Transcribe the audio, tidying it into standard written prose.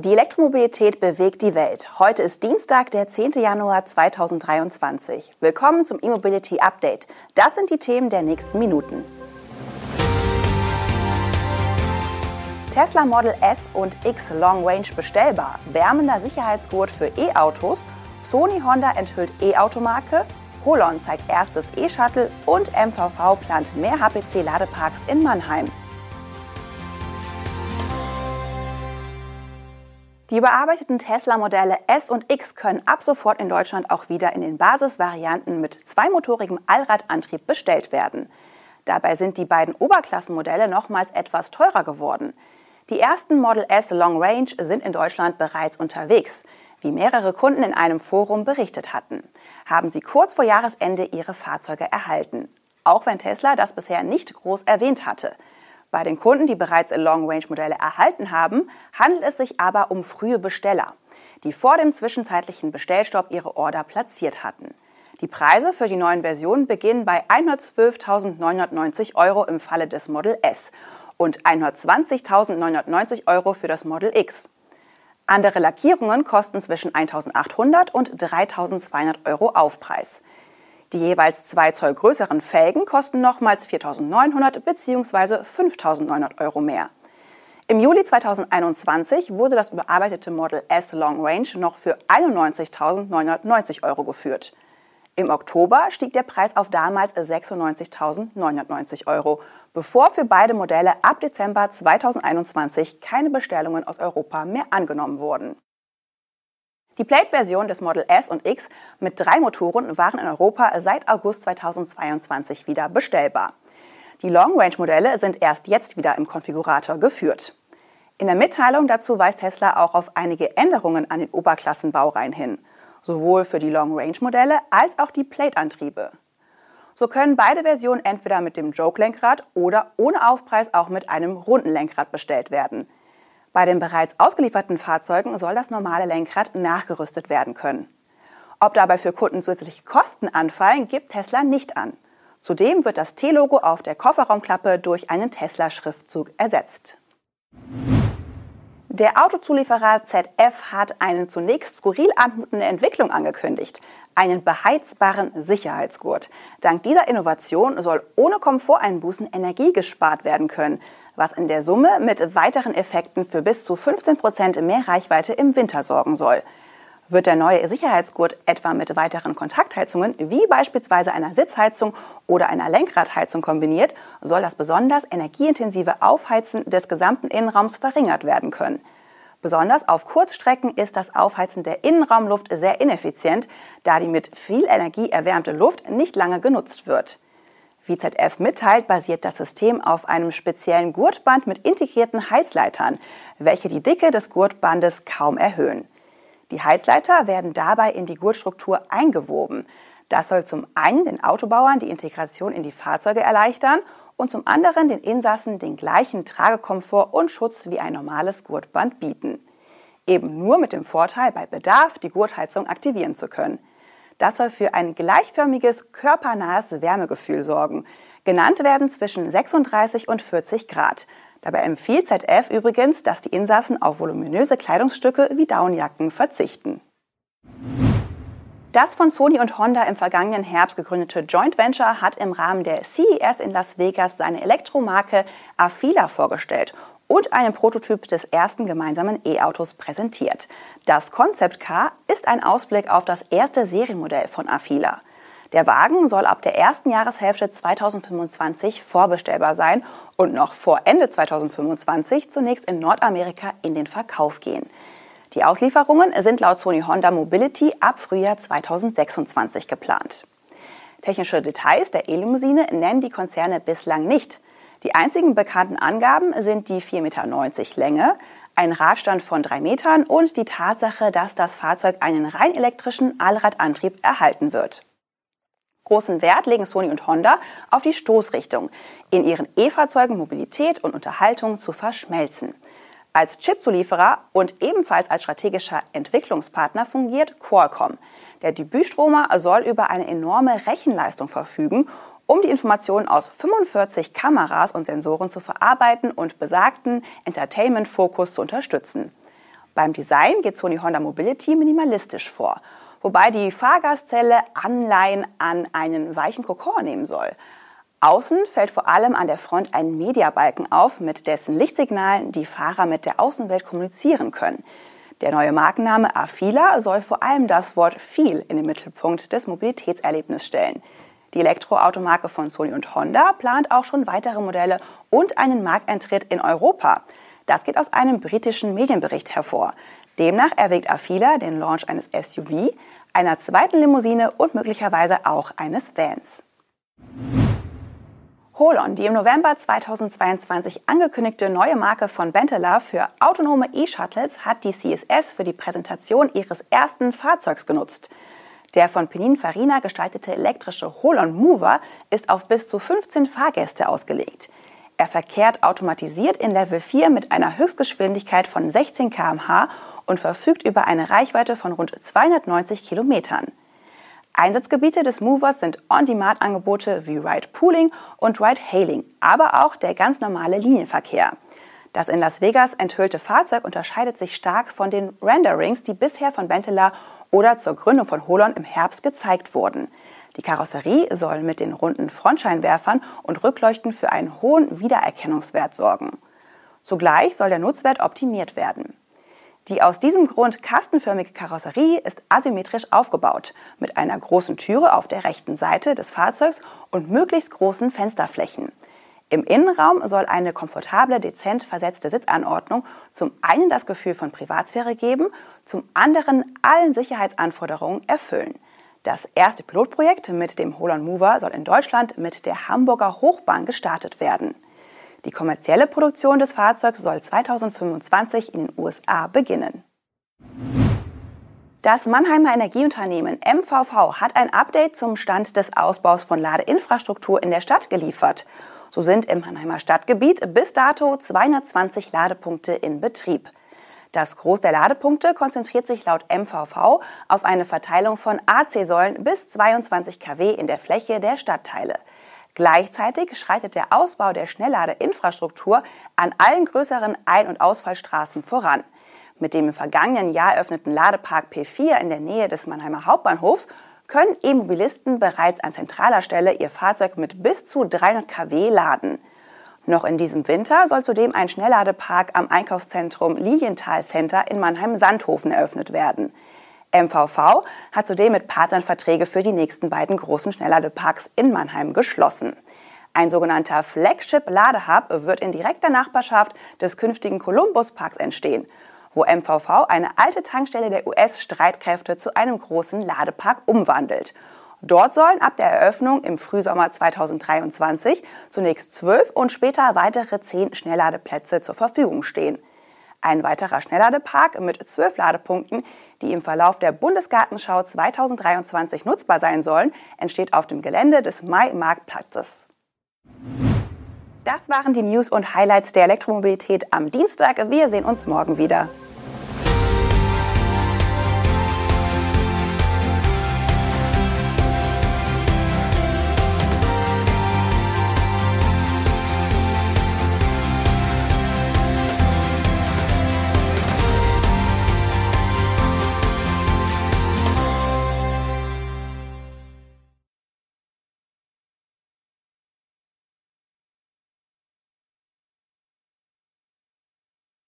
Die Elektromobilität bewegt die Welt. Heute ist Dienstag, der 10. Januar 2023. Willkommen zum E-Mobility Update. Das sind die Themen der nächsten Minuten. Tesla Model S und X Long Range bestellbar. Wärmender Sicherheitsgurt für E-Autos. Sony Honda enthüllt E-Automarke. Holon zeigt erstes E-Shuttle und MVV plant mehr HPC-Ladeparks in Mannheim. Die überarbeiteten Tesla-Modelle S und X können ab sofort in Deutschland auch wieder in den Basisvarianten mit zweimotorigem Allradantrieb bestellt werden. Dabei sind die beiden Oberklassenmodelle nochmals etwas teurer geworden. Die ersten Model S Long Range sind in Deutschland bereits unterwegs, wie mehrere Kunden in einem Forum berichtet hatten. Haben sie kurz vor Jahresende ihre Fahrzeuge erhalten. Auch wenn Tesla das bisher nicht groß erwähnt hatte. Bei den Kunden, die bereits Long-Range-Modelle erhalten haben, handelt es sich aber um frühe Besteller, die vor dem zwischenzeitlichen Bestellstopp ihre Order platziert hatten. Die Preise für die neuen Versionen beginnen bei 112.990 € im Falle des Model S und 120.990 € für das Model X. Andere Lackierungen kosten zwischen 1.800 und 3.200 € Aufpreis. Die jeweils 2 Zoll größeren Felgen kosten nochmals 4.900 bzw. 5.900 € mehr. Im Juli 2021 wurde das überarbeitete Model S Long Range noch für 91.990 € geführt. Im Oktober stieg der Preis auf damals 96.990 €, bevor für beide Modelle ab Dezember 2021 keine Bestellungen aus Europa mehr angenommen wurden. Die Plate-Version des Model S und X mit 3 Motoren waren in Europa seit August 2022 wieder bestellbar. Die Long-Range-Modelle sind erst jetzt wieder im Konfigurator geführt. In der Mitteilung dazu weist Tesla auch auf einige Änderungen an den Oberklassenbaureihen hin, sowohl für die Long-Range-Modelle als auch die Plate-Antriebe. So können beide Versionen entweder mit dem Joke-Lenkrad oder ohne Aufpreis auch mit einem runden Lenkrad bestellt werden. Bei den bereits ausgelieferten Fahrzeugen soll das normale Lenkrad nachgerüstet werden können. Ob dabei für Kunden zusätzliche Kosten anfallen, gibt Tesla nicht an. Zudem wird das T-Logo auf der Kofferraumklappe durch einen Tesla-Schriftzug ersetzt. Der Autozulieferer ZF hat eine zunächst skurril anmutende Entwicklung angekündigt: einen beheizbaren Sicherheitsgurt. Dank dieser Innovation soll ohne Komforteinbußen Energie gespart werden können, was in der Summe mit weiteren Effekten für bis zu 15% mehr Reichweite im Winter sorgen soll. Wird der neue Sicherheitsgurt etwa mit weiteren Kontaktheizungen wie beispielsweise einer Sitzheizung oder einer Lenkradheizung kombiniert, soll das besonders energieintensive Aufheizen des gesamten Innenraums verringert werden können. Besonders auf Kurzstrecken ist das Aufheizen der Innenraumluft sehr ineffizient, da die mit viel Energie erwärmte Luft nicht lange genutzt wird. Wie ZF mitteilt, basiert das System auf einem speziellen Gurtband mit integrierten Heizleitern, welche die Dicke des Gurtbandes kaum erhöhen. Die Heizleiter werden dabei in die Gurtstruktur eingewoben. Das soll zum einen den Autobauern die Integration in die Fahrzeuge erleichtern und zum anderen den Insassen den gleichen Tragekomfort und Schutz wie ein normales Gurtband bieten. Eben nur mit dem Vorteil, bei Bedarf die Gurtheizung aktivieren zu können. Das soll für ein gleichförmiges, körpernahes Wärmegefühl sorgen. Genannt werden zwischen 36 und 40 Grad. Dabei empfiehlt ZF übrigens, dass die Insassen auf voluminöse Kleidungsstücke wie Daunenjacken verzichten. Das von Sony und Honda im vergangenen Herbst gegründete Joint Venture hat im Rahmen der CES in Las Vegas seine Elektromarke Afeela vorgestellt und einen Prototyp des ersten gemeinsamen E-Autos präsentiert. Das Concept Car ist ein Ausblick auf das erste Serienmodell von Afeela. Der Wagen soll ab der ersten Jahreshälfte 2025 vorbestellbar sein und noch vor Ende 2025 zunächst in Nordamerika in den Verkauf gehen. Die Auslieferungen sind laut Sony Honda Mobility ab Frühjahr 2026 geplant. Technische Details der E-Limousine nennen die Konzerne bislang nicht. Die einzigen bekannten Angaben sind die 4,90 Meter Länge, ein Radstand von 3 Metern und die Tatsache, dass das Fahrzeug einen rein elektrischen Allradantrieb erhalten wird. Großen Wert legen Sony und Honda auf die Stoßrichtung, in ihren E-Fahrzeugen Mobilität und Unterhaltung zu verschmelzen. Als Chipzulieferer und ebenfalls als strategischer Entwicklungspartner fungiert Qualcomm. Der Debütstromer soll über eine enorme Rechenleistung verfügen, um die Informationen aus 45 Kameras und Sensoren zu verarbeiten und besagten Entertainment-Fokus zu unterstützen. Beim Design geht Sony Honda Mobility minimalistisch vor, wobei die Fahrgastzelle Anleihen an einen weichen Kokon nehmen soll. Außen fällt vor allem an der Front ein Mediabalken auf, mit dessen Lichtsignalen die Fahrer mit der Außenwelt kommunizieren können. Der neue Markenname Afeela soll vor allem das Wort Feel in den Mittelpunkt des Mobilitätserlebnisses stellen. Die Elektroautomarke von Sony und Honda plant auch schon weitere Modelle und einen Markteintritt in Europa. Das geht aus einem britischen Medienbericht hervor. Demnach erwägt Afeela den Launch eines SUV, einer zweiten Limousine und möglicherweise auch eines Vans. Holon, die im November 2022 angekündigte neue Marke von Benteler für autonome E-Shuttles, hat die CES für die Präsentation ihres ersten Fahrzeugs genutzt. Der von Pininfarina gestaltete elektrische Holon Mover ist auf bis zu 15 Fahrgäste ausgelegt. Er verkehrt automatisiert in Level 4 mit einer Höchstgeschwindigkeit von 16 km/h und verfügt über eine Reichweite von rund 290 Kilometern. Einsatzgebiete des Movers sind On-Demand-Angebote wie Ride-Pooling und Ride-Hailing, aber auch der ganz normale Linienverkehr. Das in Las Vegas enthüllte Fahrzeug unterscheidet sich stark von den Renderings, die bisher von Benteler oder zur Gründung von Holon im Herbst gezeigt wurden. Die Karosserie soll mit den runden Frontscheinwerfern und Rückleuchten für einen hohen Wiedererkennungswert sorgen. Zugleich soll der Nutzwert optimiert werden. Die aus diesem Grund kastenförmige Karosserie ist asymmetrisch aufgebaut, mit einer großen Türe auf der rechten Seite des Fahrzeugs und möglichst großen Fensterflächen. Im Innenraum soll eine komfortable, dezent versetzte Sitzanordnung zum einen das Gefühl von Privatsphäre geben, zum anderen allen Sicherheitsanforderungen erfüllen. Das erste Pilotprojekt mit dem Holon Mover soll in Deutschland mit der Hamburger Hochbahn gestartet werden. Die kommerzielle Produktion des Fahrzeugs soll 2025 in den USA beginnen. Das Mannheimer Energieunternehmen MVV hat ein Update zum Stand des Ausbaus von Ladeinfrastruktur in der Stadt geliefert. So sind im Mannheimer Stadtgebiet bis dato 220 Ladepunkte in Betrieb. Das Gros der Ladepunkte konzentriert sich laut MVV auf eine Verteilung von AC-Säulen bis 22 kW in der Fläche der Stadtteile. Gleichzeitig schreitet der Ausbau der Schnellladeinfrastruktur an allen größeren Ein- und Ausfallstraßen voran. Mit dem im vergangenen Jahr eröffneten Ladepark P4 in der Nähe des Mannheimer Hauptbahnhofs können E-Mobilisten bereits an zentraler Stelle ihr Fahrzeug mit bis zu 300 kW laden. Noch in diesem Winter soll zudem ein Schnellladepark am Einkaufszentrum Lilienthal Center in Mannheim-Sandhofen eröffnet werden. MVV hat zudem mit Partnern Verträge für die nächsten beiden großen Schnellladeparks in Mannheim geschlossen. Ein sogenannter Flagship-Ladehub wird in direkter Nachbarschaft des künftigen Columbus-Parks entstehen, wo MVV eine alte Tankstelle der US-Streitkräfte zu einem großen Ladepark umwandelt. Dort sollen ab der Eröffnung im Frühsommer 2023 zunächst 12 und später weitere 10 Schnellladeplätze zur Verfügung stehen. Ein weiterer Schnellladepark mit 12 Ladepunkten, die im Verlauf der Bundesgartenschau 2023 nutzbar sein sollen, entsteht auf dem Gelände des Mai-Marktplatzes. Das waren die News und Highlights der Elektromobilität am Dienstag. Wir sehen uns morgen wieder.